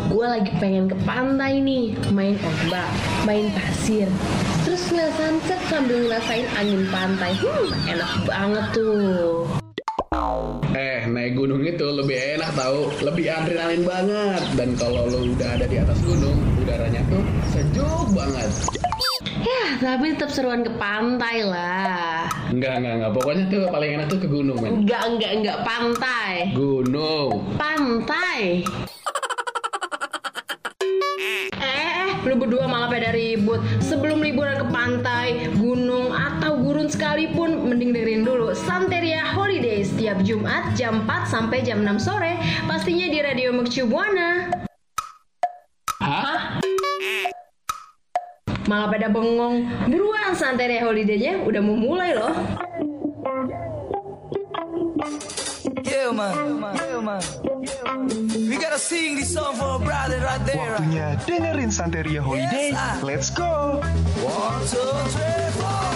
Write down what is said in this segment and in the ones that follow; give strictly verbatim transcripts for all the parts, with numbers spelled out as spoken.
gue lagi pengen ke pantai nih, main ombak, main pasir, terus ngeliat sunset sambil ngerasain angin pantai. Hmm, enak banget tuh. Eh, naik gunung itu lebih enak tahu, lebih adrenalin banget. Dan kalau lo udah ada di atas gunung, udaranya tuh sejuk banget. Ya, tapi tetap seruan ke pantai lah. Enggak, enggak, enggak. Pokoknya tuh paling enak tuh ke gunung, men. Enggak, enggak, enggak, pantai. Gunung. Pantai. Eh, lu berdua malah pada ribut. Sebelum liburan ke pantai, gunung, atau gurun sekalipun, mending dengerin dulu Santeria Holiday setiap Jumat jam empat sampai jam enam sore. Pastinya di Radio Mercu Buana. Hah? Malah pada bengong. Buruan, Santeria Holiday-nya udah mau mulai loh. Yeah man, yeah man. We gotta sing this song for a brother right there. Waktunya dengerin Santeria Holiday. Yes, Let's go. One, two, three, four.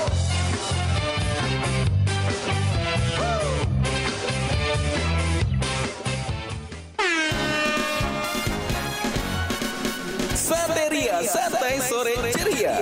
Santeria, santai sore ceria.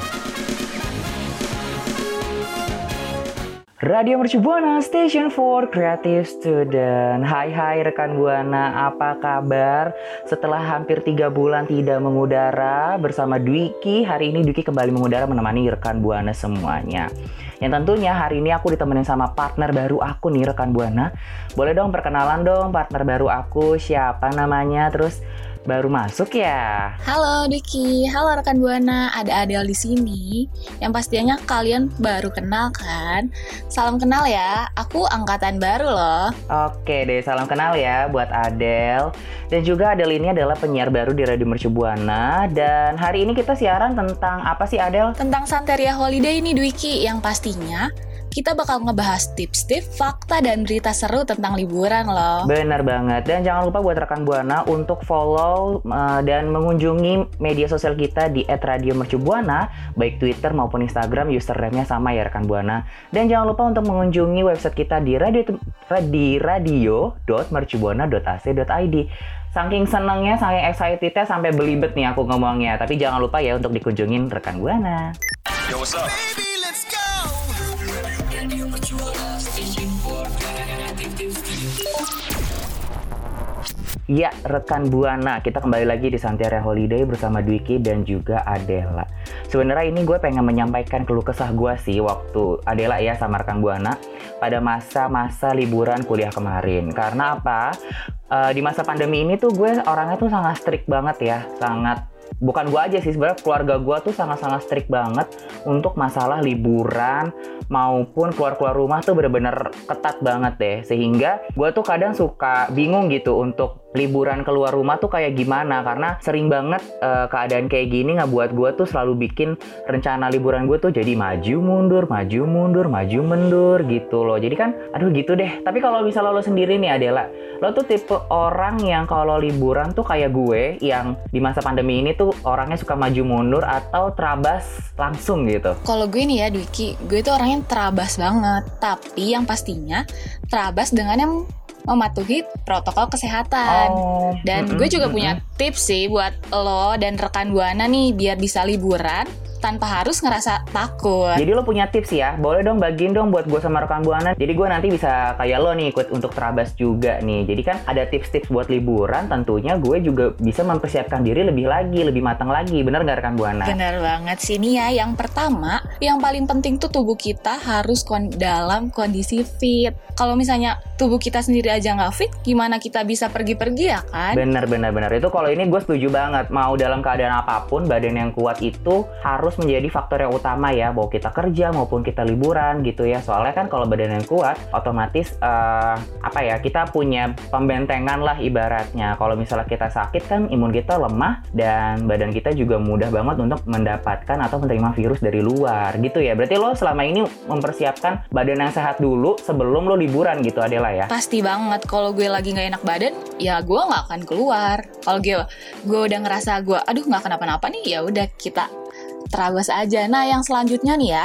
Radio Mercu Buana, Station for Creative Student. Hai hai rekan Buana, apa kabar? Setelah hampir tiga bulan tidak mengudara bersama Dwiki, hari ini Dwiki kembali mengudara menemani rekan Buana semuanya. Yang tentunya hari ini aku ditemenin sama partner baru aku nih rekan Buana. Boleh dong perkenalan dong partner baru aku, siapa namanya, terus baru masuk ya? Halo Dwiki, halo rekan Buana, ada Adel di sini. Yang pastinya kalian baru kenal kan? Salam kenal ya, aku angkatan baru loh. Oke deh, salam kenal ya buat Adel. Dan juga Adel ini adalah penyiar baru di Radio Mercu Buana. Dan hari ini kita siaran tentang apa sih Adel? Tentang Santeria Holiday nih Dwiki, yang pastinya kita bakal ngebahas tips-tips, fakta, dan berita seru tentang liburan loh. Bener banget. Dan jangan lupa buat rekan Buana untuk follow uh, dan mengunjungi media sosial kita di et radio mercu buana, baik Twitter maupun Instagram, username-nya sama ya rekan Buana. Dan jangan lupa untuk mengunjungi website kita di radio di radio dot mercubuana dot a c dot i d. Saking senengnya, saking excitednya sampai belibet nih aku ngomongnya. Tapi jangan lupa ya untuk dikunjungin rekan Buana. Yo, what's up? Baby, let's go. Ya, rekan Buana, kita kembali lagi di Santeria Holiday bersama Dwiki dan juga Adela. Sebenarnya ini gue pengen menyampaikan keluh kesah gue sih waktu Adela ya sama rekan Buana pada masa-masa liburan kuliah kemarin. Karena apa? Uh, di masa pandemi ini tuh gue orangnya tuh sangat strict banget ya, sangat bukan gue aja sih, sebenarnya keluarga gue tuh sangat-sangat strict banget untuk masalah liburan maupun keluar-keluar rumah tuh bener-bener ketat banget deh. Sehingga gue tuh kadang suka bingung gitu untuk liburan keluar rumah tuh kayak gimana, karena sering banget uh, keadaan kayak gini ngebuat gue tuh selalu bikin rencana liburan gue tuh jadi maju mundur, maju mundur, maju mundur gitu loh. Jadi kan aduh gitu deh. Tapi kalau misalnya lo sendiri nih Adela, lo tuh tipe orang yang kalau liburan tuh kayak gue yang di masa pandemi ini tuh orangnya suka maju mundur atau terabas langsung gitu? Kalau gue nih ya Dwiki, gue tuh orangnya terabas banget. Tapi yang pastinya terabas dengan yang mematuhi protokol kesehatan. Oh, dan mm-mm, gue juga mm-mm. punya tips sih buat lo dan rekan Buana nih biar bisa liburan tanpa harus ngerasa takut. Jadi lo punya tips ya? Boleh dong bagiin dong buat gue sama rekan Buana. Jadi gue nanti bisa kayak lo nih ikut untuk terabas juga nih. Jadi kan ada tips-tips buat liburan, tentunya gue juga bisa mempersiapkan diri lebih lagi, lebih matang lagi. Bener gak rekan Buana? Bener banget sih nih ya. Yang pertama, yang paling penting tuh tubuh kita harus kon- dalam kondisi fit. Kalau misalnya tubuh kita sendiri aja nggak fit, gimana kita bisa pergi-pergi ya kan? Bener, bener, bener. Itu kalau ini gue setuju banget. Mau dalam keadaan apapun, badan yang kuat itu harus menjadi faktor yang utama ya. Mau kita kerja maupun kita liburan gitu ya. Soalnya kan kalau badan yang kuat, otomatis uh, apa ya, kita punya pembentengan lah ibaratnya. Kalau misalnya kita sakit kan imun kita lemah dan badan kita juga mudah banget untuk mendapatkan atau menerima virus dari luar gitu ya. Berarti lo selama ini mempersiapkan badan yang sehat dulu sebelum lo liburan gitu Adela ya? Pasti banget. Kalau gue lagi nggak enak badan, ya gue nggak akan keluar. Kalau gue gue udah ngerasa gue aduh nggak kenapa-napa nih, ya udah kita terabas aja. Nah yang selanjutnya nih ya,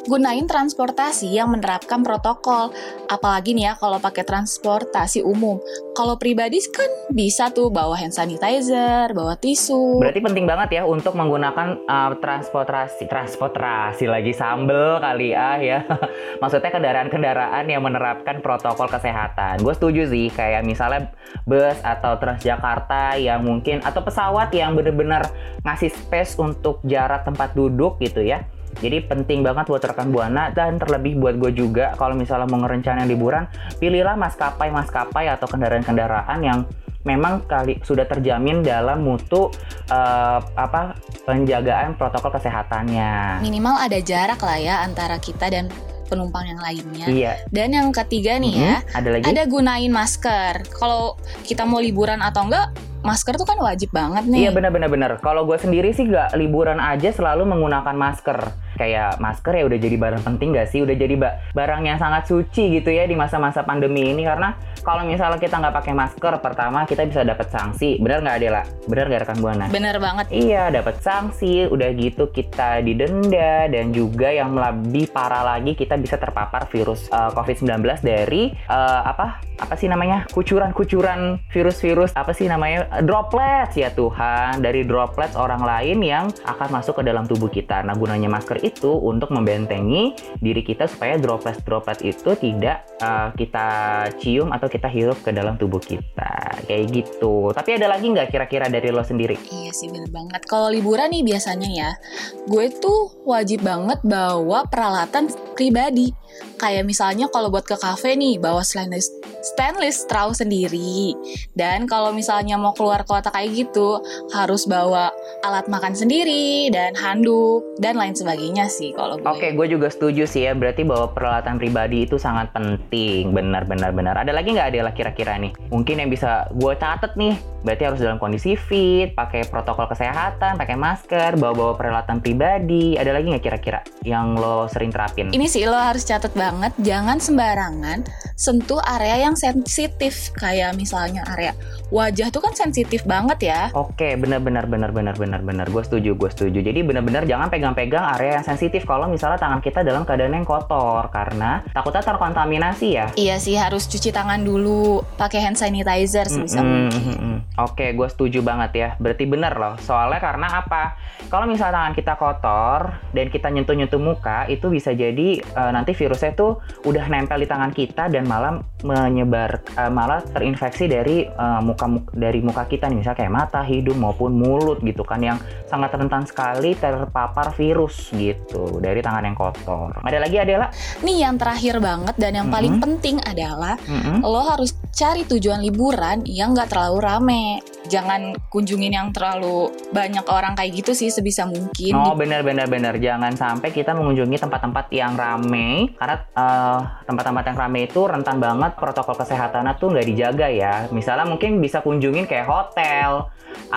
gunain transportasi yang menerapkan protokol. Apalagi nih ya kalau pakai transportasi umum. Kalau pribadi kan bisa tuh bawa hand sanitizer, bawa tisu. Berarti penting banget ya untuk menggunakan uh, transportasi, transportasi lagi sambel kali ah ya. Maksudnya kendaraan-kendaraan yang menerapkan protokol kesehatan. Gue setuju sih, kayak misalnya bus atau Transjakarta yang mungkin, atau pesawat yang bener-bener ngasih space untuk jarak tempat duduk gitu ya. Jadi penting banget buat rekan Buana, dan terlebih buat gue juga kalau misalnya mau ngerencanain liburan, pilihlah maskapai-maskapai atau kendaraan-kendaraan yang memang kali sudah terjamin dalam mutu uh, apa penjagaan protokol kesehatannya. Minimal ada jarak lah ya antara kita dan penumpang yang lainnya. Iya. Dan yang ketiga nih Mm-hmm. ya, ada lagi? ada gunain masker. Kalau kita mau liburan atau enggak, masker tuh kan wajib banget nih. Iya benar-benar benar. Kalau gue sendiri sih gak liburan aja selalu menggunakan masker. Kayak masker ya udah jadi barang penting gak sih? Udah jadi ba- barang yang sangat suci gitu ya di masa-masa pandemi ini. Karena kalau misalnya kita nggak pakai masker, pertama kita bisa dapat sanksi. Benar nggak Adela? Benar nggak rekan Buana? Bener banget. Iya, dapat sanksi. Udah gitu kita didenda, dan juga yang lebih parah lagi kita bisa terpapar virus uh, covid sembilan belas dari uh, apa? Apa sih namanya? Kucuran-kucuran virus-virus apa sih namanya? Droplets ya Tuhan, dari droplets orang lain yang akan masuk ke dalam tubuh kita. Nah, gunanya masker itu untuk membentengi diri kita supaya droplet-droplet itu tidak uh, kita cium atau kita hirup ke dalam tubuh kita. Kayak gitu. Tapi ada lagi nggak kira-kira dari lo sendiri? Iya sih bener banget. Kalau liburan nih biasanya ya, gue tuh wajib banget bawa peralatan pribadi. Kayak misalnya kalau buat ke kafe nih, bawa stainless, stainless straw sendiri. Dan kalau misalnya mau keluar kota kayak gitu, harus bawa alat makan sendiri, dan handuk, dan lain sebagainya sih kalau gue. Oke, gue juga setuju sih ya. Berarti bawa peralatan pribadi itu sangat penting. Benar-benar benar. Ada lagi nggak Adela kira-kira nih? Mungkin yang bisa gue catat nih, berarti harus dalam kondisi fit, pakai protokol kesehatan, pakai masker, bawa-bawa peralatan pribadi. Ada lagi nggak kira-kira yang lo sering terapin? Ini sih lo harus catat banget, jangan sembarangan sentuh area yang sensitif. Kayak misalnya area wajah tuh kan sensitif banget ya. Oke, benar-benar benar-benar benar-benar. Gue setuju, gue setuju. Jadi benar-benar jangan pegang-pegang area yang sensitif kalau misalnya tangan kita dalam keadaan yang kotor, karena takutnya terkontaminasi ya. Iya sih, harus cuci tangan dulu, pakai hand sanitizer sebisa Mm-mm, mungkin. mm-mm. Oke, gue setuju banget ya. Berarti bener loh. Soalnya karena apa? Kalau misalnya tangan kita kotor dan kita nyentuh-nyentuh muka, itu bisa jadi uh, nanti virusnya tuh udah nempel di tangan kita dan malah menyebar, uh, malah terinfeksi dari uh, muka dari muka kita nih, misalnya kayak mata, hidung maupun mulut gitu kan, yang sangat rentan sekali terpapar virus gitu dari tangan yang kotor. Ada lagi Adela? Nih yang terakhir banget dan yang paling penting adalah Mm-mm. lo harus cari tujuan liburan yang nggak terlalu rame. Jangan kunjungin yang terlalu banyak orang kayak gitu sih sebisa mungkin. Oh benar-benar benar. Jangan sampai kita mengunjungi tempat-tempat yang rame, karena uh, tempat-tempat yang rame itu rentan banget protokol kesehatannya tuh nggak dijaga ya. Misalnya mungkin bisa kunjungin kayak hotel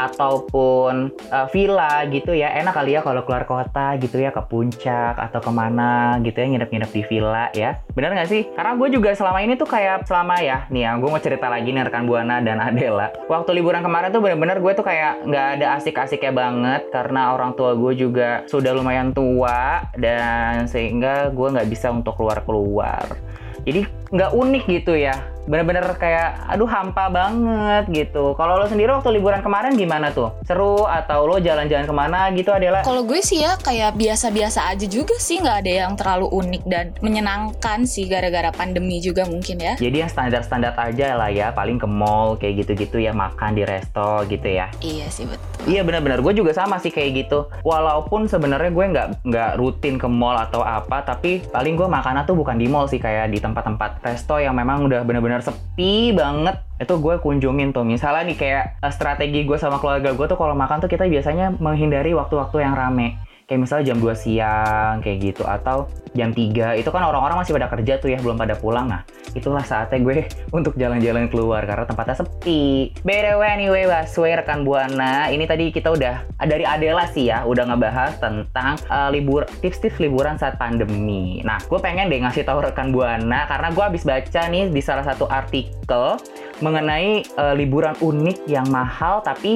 ataupun uh, villa gitu ya. Enak kali ya kalau keluar kota gitu ya, ke puncak atau kemana gitu ya, nginep-nginep di villa ya. Bener nggak sih? Karena gue juga selama ini tuh kayak selama ya nih ya, gue mau cerita lagi nih rekan Buana dan Adela. Waktu liburan kemarin tuh bener-bener gue tuh kayak nggak ada asik-asiknya banget, karena orang tua gue juga sudah lumayan tua dan sehingga gue nggak bisa untuk keluar-keluar. Jadi nggak unik gitu ya. Bener-bener kayak aduh hampa banget gitu. Kalau lo sendiri waktu liburan kemarin gimana tuh? Seru atau lo jalan-jalan kemana gitu Adela? Kalau gue sih ya kayak biasa-biasa aja juga sih, nggak ada yang terlalu unik dan menyenangkan sih, gara-gara pandemi juga mungkin ya. Jadi yang standar-standar aja lah ya, paling ke mall kayak gitu-gitu ya, makan di resto gitu ya. Iya sih betul. Iya benar-benar, gue juga sama sih kayak gitu. Walaupun sebenarnya gue nggak nggak rutin ke mall atau apa, tapi paling gue makannya tuh bukan di mall sih, kayak di tempat-tempat resto yang memang udah benar-benar sepi banget. Itu gue kunjungin tuh. Misalnya nih kayak uh, strategi gue sama keluarga gue tuh kalau makan tuh kita biasanya menghindari waktu-waktu yang rame. Kayak misalnya jam dua siang kayak gitu, atau jam tiga. Itu kan orang-orang masih pada kerja tuh ya, belum pada pulang. Nah, itulah saatnya gue untuk jalan-jalan keluar karena tempatnya sepi. B T W anyway, Baswe rekan Buana, ini tadi kita udah dari Adela sih ya, udah ngebahas tentang uh, libur tips-tips liburan saat pandemi. Nah, gue pengen deh ngasih tahu rekan Buana karena gue habis baca nih di salah satu artikel mengenai uh, liburan unik yang mahal tapi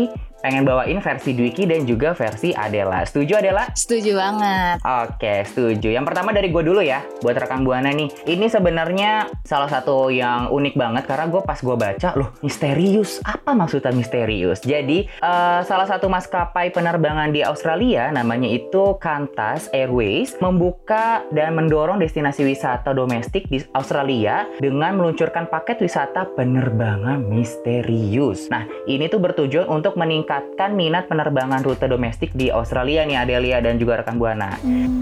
pengen bawain versi Dwiki dan juga versi Adela. Setuju Adela? Setuju banget. Oke, setuju. Yang pertama dari gue dulu ya, buat rekan Buana nih. Ini sebenarnya salah satu yang unik banget karena gue pas gue baca, loh misterius. Apa maksudnya misterius? Jadi uh, salah satu maskapai penerbangan di Australia, namanya itu Qantas Airways, membuka dan mendorong destinasi wisata domestik di Australia dengan meluncurkan paket wisata penerbangan misterius. Nah, ini tuh bertujuan untuk meningkatkan minat penerbangan rute domestik di Australia nih Adelia dan juga rekan Buana.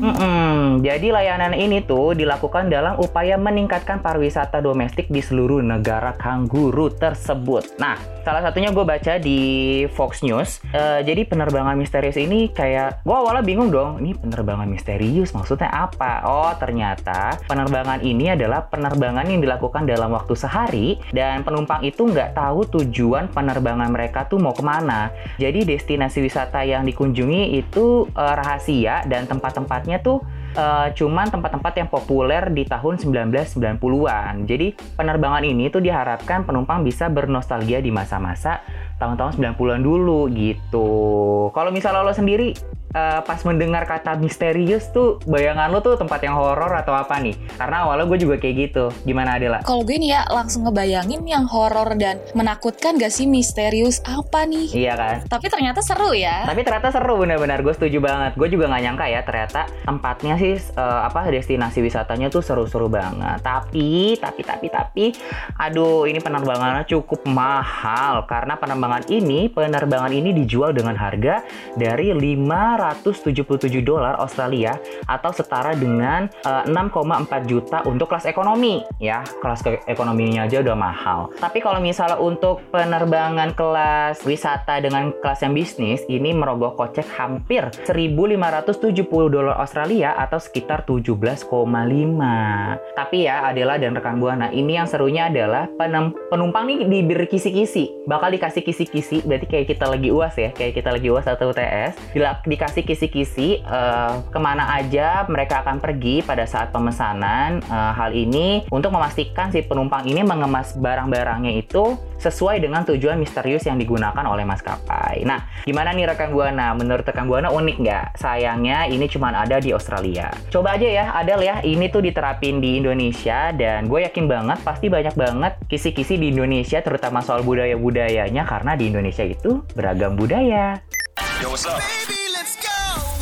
Hmm. Jadi layanan ini tuh dilakukan dalam upaya meningkatkan pariwisata domestik di seluruh negara kanguru tersebut. Nah, salah satunya gue baca di Fox News. Uh, jadi penerbangan misterius ini kayak, gue awalnya bingung dong, ini penerbangan misterius maksudnya apa? Oh, ternyata penerbangan ini adalah penerbangan yang dilakukan dalam waktu sehari dan penumpang itu nggak tahu tujuan penerbangan mereka tuh mau kemana. Jadi destinasi wisata yang dikunjungi itu uh, rahasia dan tempat-tempatnya tuh uh, cuman tempat-tempat yang populer di tahun sembilan belas sembilan puluhan. Jadi penerbangan ini tuh diharapkan penumpang bisa bernostalgia di masa-masa tahun-tahun sembilan puluhan dulu gitu. Kalau misalnya lo sendiri uh, pas mendengar kata misterius tuh bayangan lo tuh tempat yang horor atau apa nih? Karena awalnya gue juga kayak gitu. Gimana Adela? Kalau gue nih ya langsung ngebayangin yang horor dan menakutkan gak sih, misterius apa nih? Iya kan? Tapi ternyata seru ya. Tapi ternyata seru, benar-benar gue setuju banget. Gue juga nggak nyangka ya ternyata tempatnya sih uh, apa destinasi wisatanya tuh seru-seru banget. Tapi tapi tapi tapi aduh, ini penerbangannya cukup mahal karena penerbangan ini penerbangan ini dijual dengan harga dari lima ratus tujuh puluh tujuh dolar Australia atau setara dengan uh, enam koma empat juta untuk kelas ekonomi ya. Kelas ekonominya aja udah mahal. Tapi kalau misalnya untuk penerbangan kelas wisata dengan kelas yang bisnis, ini merogoh kocek hampir seribu lima ratus tujuh puluh dolar Australia atau sekitar tujuh belas koma lima. Tapi ya Adela dan rekan Buana, ini yang serunya adalah penem- penumpang nih diberi kisi-kisi. Bakal dikasih kisi-kisi, berarti kayak kita lagi U A S ya, kayak kita lagi U A S atau U T S. Dila- dikasih kisi-kisi uh, kemana aja mereka akan pergi pada saat pemesanan. Uh, hal ini untuk memastikan si penumpang ini mengemas barang-barangnya itu sesuai dengan tujuan misterius yang digunakan oleh maskapai. Nah, gimana nih rekan Buana? Menurut rekan Buana unik nggak? Sayangnya ini cuma ada di Australia. Coba aja ya, Adel ya, ini tuh diterapin di Indonesia dan gue yakin banget pasti banyak banget kisi-kisi di Indonesia, terutama soal budaya-budayanya karena di Indonesia itu beragam budaya. Yo, what's up? Baby, let's go.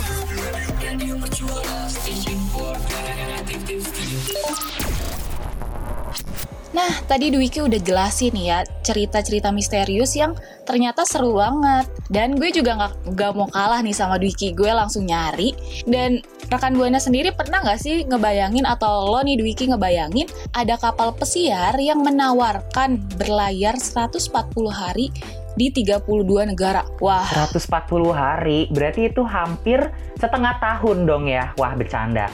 Nah, tadi Dwiki udah jelasin ya cerita-cerita misterius yang ternyata seru banget. Dan gue juga gak, gak mau kalah nih sama Dwiki. Gue langsung nyari. Dan rekan Buana sendiri pernah gak sih ngebayangin, atau lo nih Dwiki ngebayangin, ada kapal pesiar yang menawarkan berlayar seratus empat puluh hari di tiga puluh dua negara. Wah, seratus empat puluh hari, berarti itu hampir setengah tahun dong ya. Wah, bercanda.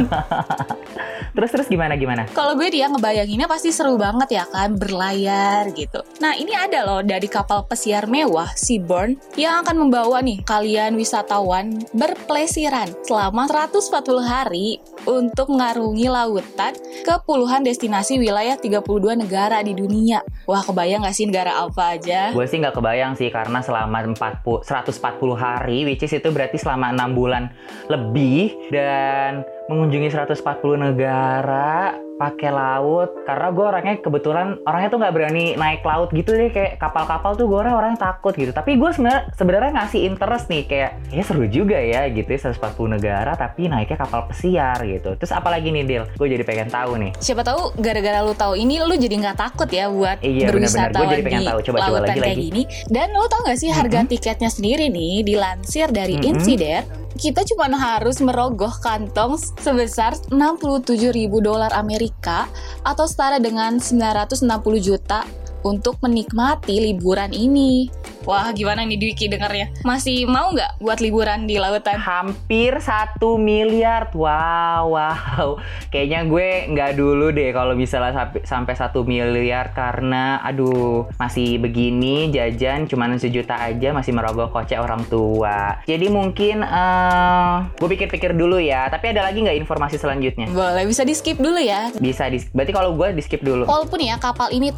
Terus terus gimana gimana? Kalau gue dia ngebayanginnya pasti seru banget ya kan, berlayar gitu. Nah, ini ada loh dari kapal pesiar mewah Seabourn yang akan membawa nih kalian wisatawan berpelesiran selama seratus empat puluh hari untuk mengarungi lautan ke puluhan destinasi wilayah tiga puluh dua negara di dunia. Wah, kebayang gak sih negara apa aja? Gue sih gak kebayang sih, karena selama empat puluh, seratus empat puluh hari, which is itu berarti selama enam bulan lebih, dan mengunjungi seratus empat puluh negara pakai laut. Karena gue orangnya kebetulan orangnya tuh nggak berani naik laut gitu deh, kayak kapal-kapal tuh gue orangnya takut gitu. Tapi gue sebenarnya sebenarnya ngasih interest nih, kayak ya seru juga ya gitu ya, seratus empat puluh negara tapi naiknya kapal pesiar gitu. Terus apalagi nih Dil, gue jadi pengen tahu nih. Siapa tahu gara-gara lu tahu ini lu jadi nggak takut ya buat iya, berwisatawan jadi pengen di tahu. Coba, lautan coba, lagi, kayak lagi. gini. Dan lu tau nggak sih harga Mm-hmm. tiketnya sendiri nih, dilansir dari Mm-hmm. Insider, kita cuma harus merogoh kantong sebesar enam puluh tujuh ribu dolar Amerika atau setara dengan sembilan ratus enam puluh juta untuk menikmati liburan ini. Wah, gimana nih Dwiki dengarnya? Masih mau nggak buat liburan di lautan? Hampir satu miliar. Wow, wow. Kayaknya gue nggak dulu deh kalau misalnya sampai, sampai satu miliar, karena aduh, masih begini jajan cuman sejuta aja masih merogoh kocek orang tua. Jadi mungkin uh, gue pikir-pikir dulu ya. Tapi ada lagi nggak informasi selanjutnya? Boleh, bisa di skip dulu ya. Bisa, di, berarti kalau gue di skip dulu. Walaupun ya kapal ini tuh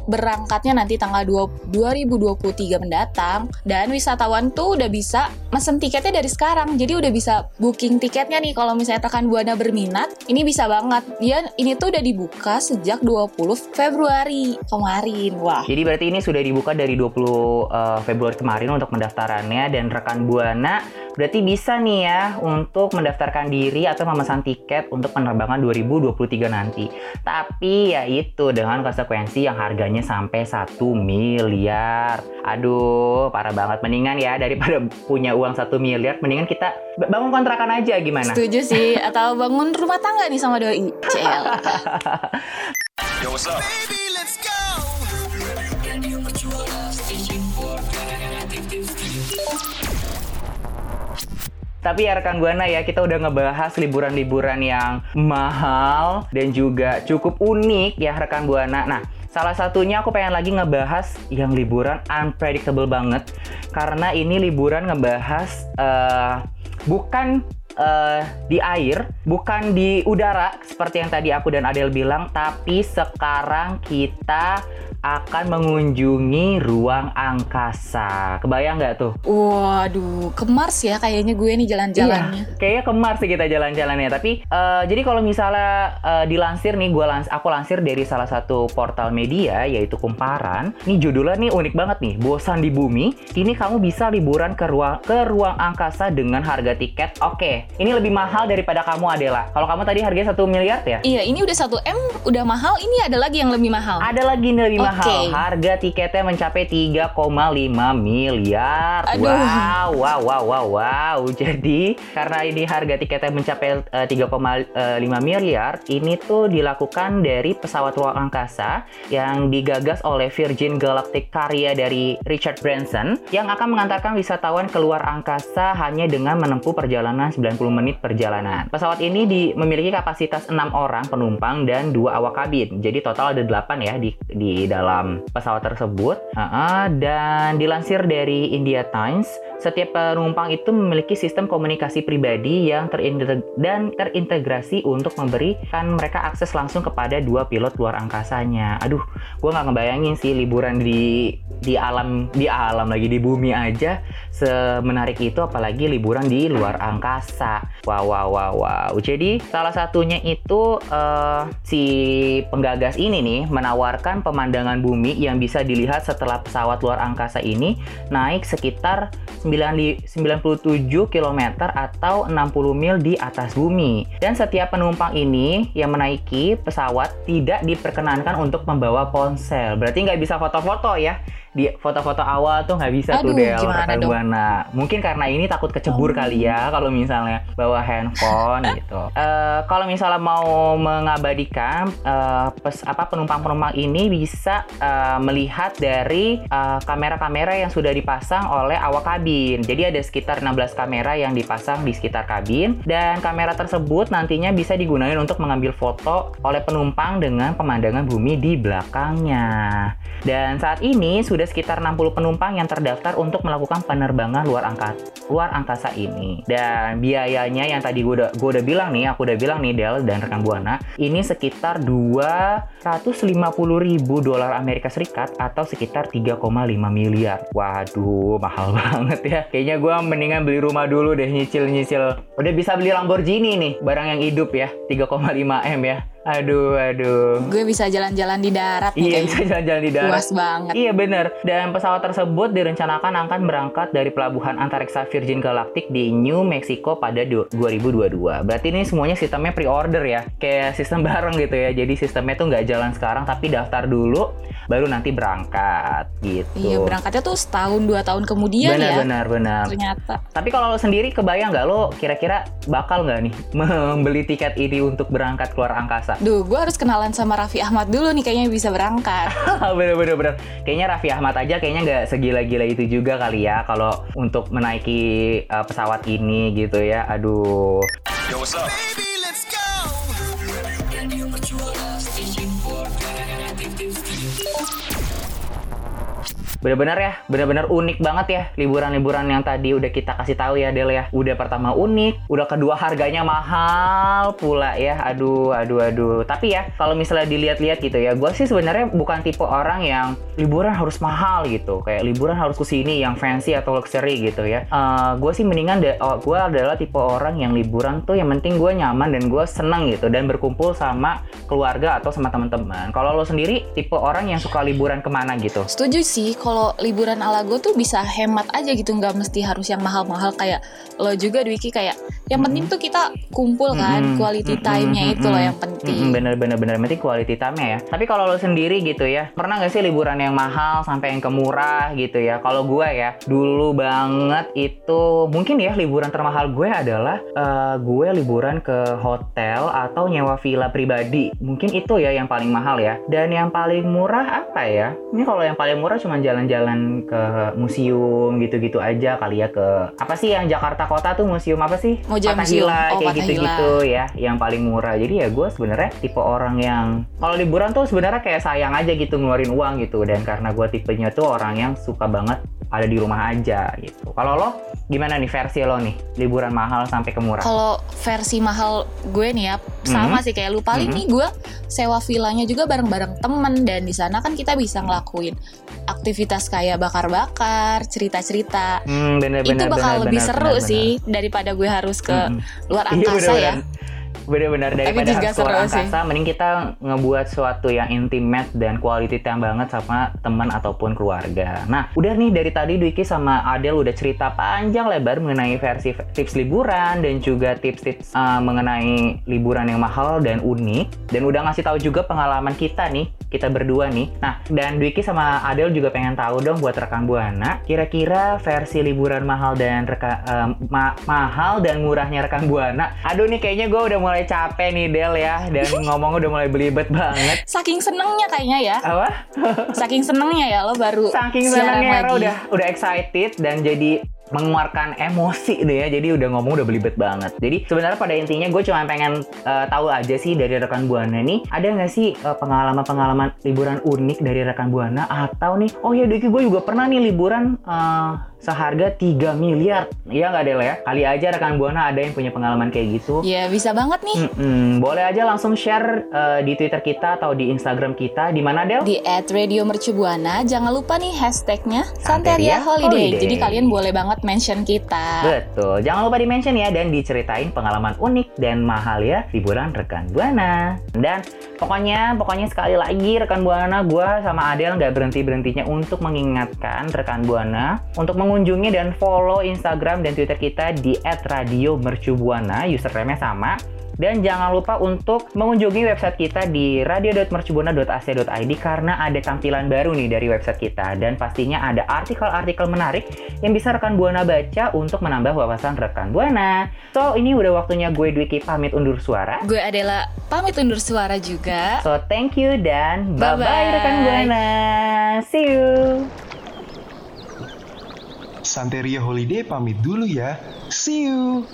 berangkatnya nanti tanggal dua ribu dua puluh tiga mendatang, dan wisatawan tuh udah bisa mesen tiketnya dari sekarang. Jadi udah bisa booking tiketnya nih kalau misalnya rekan Buana berminat. Ini bisa banget. Dia ini tuh udah dibuka sejak dua puluh Februari kemarin. Wah. Jadi berarti ini sudah dibuka dari dua puluh Februari kemarin untuk pendaftarannya, dan rekan Buana berarti bisa nih ya untuk mendaftarkan diri atau memesan tiket untuk penerbangan dua ribu dua puluh tiga nanti. Tapi ya itu dengan konsekuensi yang harganya sampai satu miliar. Aduh, parah banget. Mendingan ya daripada punya uang satu miliar, mendingan kita bangun kontrakan aja, gimana? Setuju sih, atau bangun rumah tangga nih sama doi. Cel. Yo, what's up? Baby, let's go. Tapi ya rekan Buana ya, kita udah ngebahas liburan-liburan yang mahal dan juga cukup unik ya rekan Buana. Nah, salah satunya aku pengen lagi ngebahas yang liburan unpredictable banget. Karena ini liburan ngebahas uh, bukan uh, di air, bukan di udara seperti yang tadi aku dan Adel bilang, tapi sekarang kita akan mengunjungi ruang angkasa. Kebayang nggak tuh? Waduh, ke Mars ya kayaknya gue nih jalan-jalannya. Iya, kayaknya ke Mars sih kita jalan-jalannya. Tapi uh, jadi kalau misalnya uh, dilansir nih, gue lans aku lansir dari salah satu portal media yaitu Kumparan. Nih judulnya nih unik banget nih. Bosan di bumi, kini kamu bisa liburan ke ruang ke ruang angkasa dengan harga tiket. Oke, ini lebih mahal daripada kamu Adela. Kalau kamu tadi harganya satu miliar ya? Iya, ini udah satu M, udah mahal. Ini ada lagi yang lebih mahal. Ada lagi yang lebih mahal. Okay. Harga tiketnya mencapai tiga koma lima miliar. Aduh. Wow, wow, wow, wow, wow. Jadi karena ini harga tiketnya mencapai uh, tiga koma lima miliar, ini tuh dilakukan dari pesawat ruang angkasa yang digagas oleh Virgin Galactic karya dari Richard Branson yang akan mengantarkan wisatawan keluar angkasa hanya dengan menempuh perjalanan sembilan puluh menit perjalanan. Pesawat ini di, memiliki kapasitas enam orang penumpang dan dua awak kabin. Jadi total ada delapan ya di, di dalam pesawat tersebut. Uh-uh, dan dilansir dari India Times, setiap penumpang itu memiliki sistem komunikasi pribadi yang terinteg- dan terintegrasi untuk memberikan mereka akses langsung kepada dua pilot luar angkasanya. Aduh, gue nggak ngebayangin sih liburan di di alam di alam lagi di bumi aja semenarik itu, apalagi liburan di luar angkasa. Wow, wow, wow, wow. Jadi salah satunya itu uh, si penggagas ini nih menawarkan pemandangan bumi yang bisa dilihat setelah pesawat luar angkasa ini naik sekitar sembilan puluh tujuh kilometer atau enam puluh mil di atas bumi. Dan setiap penumpang ini yang menaiki pesawat tidak diperkenankan untuk membawa ponsel. Berarti nggak bisa foto-foto ya. Di foto-foto awal tuh nggak bisa. Aduh, tuh Del, rekan Buana. Mungkin karena ini takut kecebur oh. kali ya kalau misalnya bawa handphone gitu. Uh, kalau misalnya mau mengabadikan uh, pes, apa penumpang-penumpang ini bisa uh, melihat dari uh, kamera-kamera yang sudah dipasang oleh awak kabin. Jadi ada sekitar enam belas kamera yang dipasang di sekitar kabin, dan kamera tersebut nantinya bisa digunakan untuk mengambil foto oleh penumpang dengan pemandangan bumi di belakangnya. Dan saat ini sudah sekitar enam puluh penumpang yang terdaftar untuk melakukan penerbangan luar angkasa luar angkasa ini. Dan biayanya yang tadi gue udah gue udah bilang nih, aku udah bilang nih Del dan rekan Buana, ini sekitar dua ratus lima puluh ribu dolar Amerika Serikat atau sekitar tiga koma lima miliar. Waduh, mahal banget ya. Kayaknya gue mendingan beli rumah dulu deh, nyicil-nyicil. Udah bisa beli Lamborghini nih, barang yang hidup ya, tiga koma lima M ya. Aduh, aduh. Gue bisa jalan-jalan di darat nih. Iya, bisa jalan-jalan di darat. Puas banget. Iya, bener. Dan pesawat tersebut direncanakan akan berangkat dari pelabuhan antariksa Virgin Galactic di New Mexico pada dua ribu dua puluh dua. Berarti ini semuanya sistemnya pre-order ya. Kayak sistem bareng gitu ya. Jadi sistemnya tuh nggak jalan sekarang, tapi daftar dulu, baru nanti berangkat gitu. Iya, berangkatnya tuh setahun, dua tahun kemudian benar, ya. Benar, benar, Ternyata. Tapi kalau lo sendiri kebayang nggak lo kira-kira bakal nggak nih membeli tiket ini untuk berangkat keluar angkasa? Duh, gue harus kenalan sama Raffi Ahmad dulu nih, kayaknya bisa berangkat. Bener-bener bener. Kayaknya Raffi Ahmad aja kayaknya nggak segila-gila itu juga kali ya kalau untuk menaiki uh, pesawat ini gitu ya. Aduh. Yo, what's up? Baby, let's go. bener-bener ya, bener-bener unik banget ya liburan-liburan yang tadi udah kita kasih tahu ya Del ya. Udah pertama unik, udah kedua harganya mahal pula ya. Aduh, aduh, aduh. Tapi ya kalau misalnya dilihat-lihat gitu ya, gue sih sebenarnya bukan tipe orang yang liburan harus mahal gitu. Kayak liburan harus kesini yang fancy atau luxury gitu ya. Uh, gue sih mendingan de- oh, gue adalah tipe orang yang liburan tuh yang penting gue nyaman dan gue seneng gitu dan berkumpul sama keluarga atau sama teman-teman. Kalau lo sendiri tipe orang yang suka liburan kemana gitu? Setuju sih, kalau liburan ala gue tuh bisa hemat aja gitu, nggak mesti harus yang mahal-mahal kayak lo juga Dwiki. Kayak yang penting tuh kita kumpul kan, mm-hmm. quality time-nya mm-hmm. itu loh yang penting. Mm-hmm. Bener-bener bener penting quality time-nya ya. Tapi kalau lo sendiri gitu ya, pernah nggak sih liburan yang mahal sampai yang ke murah gitu ya? Kalau gue ya dulu banget itu mungkin ya liburan termahal gue adalah uh, gue liburan ke hotel atau nyewa villa pribadi. Mungkin itu ya yang paling mahal ya. Dan yang paling murah apa ya? Ini kalau yang paling murah cuma jalan-jalan ke museum gitu-gitu aja kali ya, ke apa sih yang Jakarta Kota tuh museum apa sih? Fathahillah, oh, kayak gitu-gitu ya, yang paling murah. Jadi ya gue sebenarnya tipe orang yang kalau liburan tuh sebenarnya kayak sayang aja gitu ngeluarin uang gitu. Dan karena gue tipenya tuh orang yang suka banget ada di rumah aja gitu. Kalau lo gimana nih versi lo nih liburan mahal sampai ke murah? Kalau versi mahal gue nih ya sama mm-hmm. sih kayak lu. Paling mm-hmm. nih gue sewa villanya juga bareng-bareng temen, dan di sana kan kita bisa ngelakuin aktivitas kayak bakar-bakar, cerita-cerita. Mm, bener, itu bener, bakal bener, lebih bener, seru bener, sih bener. daripada gue harus ke mm-hmm. luar Iya, angkasa bener, ya. bener. Benar-benar daripada harus keluar angkasa, mending kita ngebuat sesuatu yang intimate dan quality time banget sama teman ataupun keluarga. Nah, udah nih dari tadi Dwiki sama Adel udah cerita panjang lebar mengenai versi tips liburan dan juga tips-tips uh, mengenai liburan yang mahal dan unik, dan udah ngasih tahu juga pengalaman kita nih, kita berdua nih. Nah, dan Dwiki sama Adel juga pengen tahu dong buat rekan Buana, kira-kira versi liburan mahal dan reka, uh, ma- mahal dan murahnya rekan Buana. Aduh nih kayaknya gue udah mulai mulai capek nih Del ya, dan ngomong udah mulai belibet banget. Saking senengnya kayaknya ya. Apa? Saking senengnya ya lo baru Saking senengnya Ra udah udah excited dan jadi mengeluarkan emosi deh ya, jadi udah ngomong udah belibet banget. Jadi sebenarnya pada intinya gue cuma pengen uh, tahu aja sih dari rekan Buana nih, ada nggak sih uh, pengalaman-pengalaman liburan unik dari rekan Buana, atau nih oh ya Dwiki gue juga pernah nih liburan uh, seharga tiga miliar. Iya nggak Del ya? Kali aja rekan Buana ada yang punya pengalaman kayak gitu. Iya bisa banget nih. Mm-mm. Boleh aja langsung share uh, di Twitter kita atau di Instagram kita. Di mana Del? Di at radio mercubuana. Jangan lupa nih hashtagnya Santeria Holiday. Holiday. Jadi kalian boleh banget mention kita. Betul. Jangan lupa di mention ya, dan diceritain pengalaman unik dan mahal ya liburan rekan Buana. Dan pokoknya pokoknya sekali lagi rekan Buana, gue sama Adel nggak berhenti-berhentinya untuk mengingatkan rekan Buana untuk mengunjungi dan follow Instagram dan Twitter kita di at radio mercubuana, username-nya sama. Dan jangan lupa untuk mengunjungi website kita di radio dot mercubuana dot a c dot i d karena ada tampilan baru nih dari website kita. Dan pastinya ada artikel-artikel menarik yang bisa rekan Buana baca untuk menambah wawasan rekan Buana. So, ini udah waktunya gue Dwiki pamit undur suara. Gue adalah pamit undur suara juga. So, thank you dan bye-bye, bye-bye rekan Buana. See you. Santeria Holiday pamit dulu ya. See you.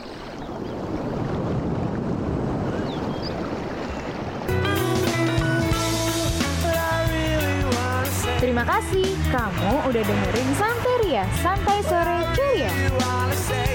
Terima kasih kamu udah dengerin Santeria Santai Sore Ceria.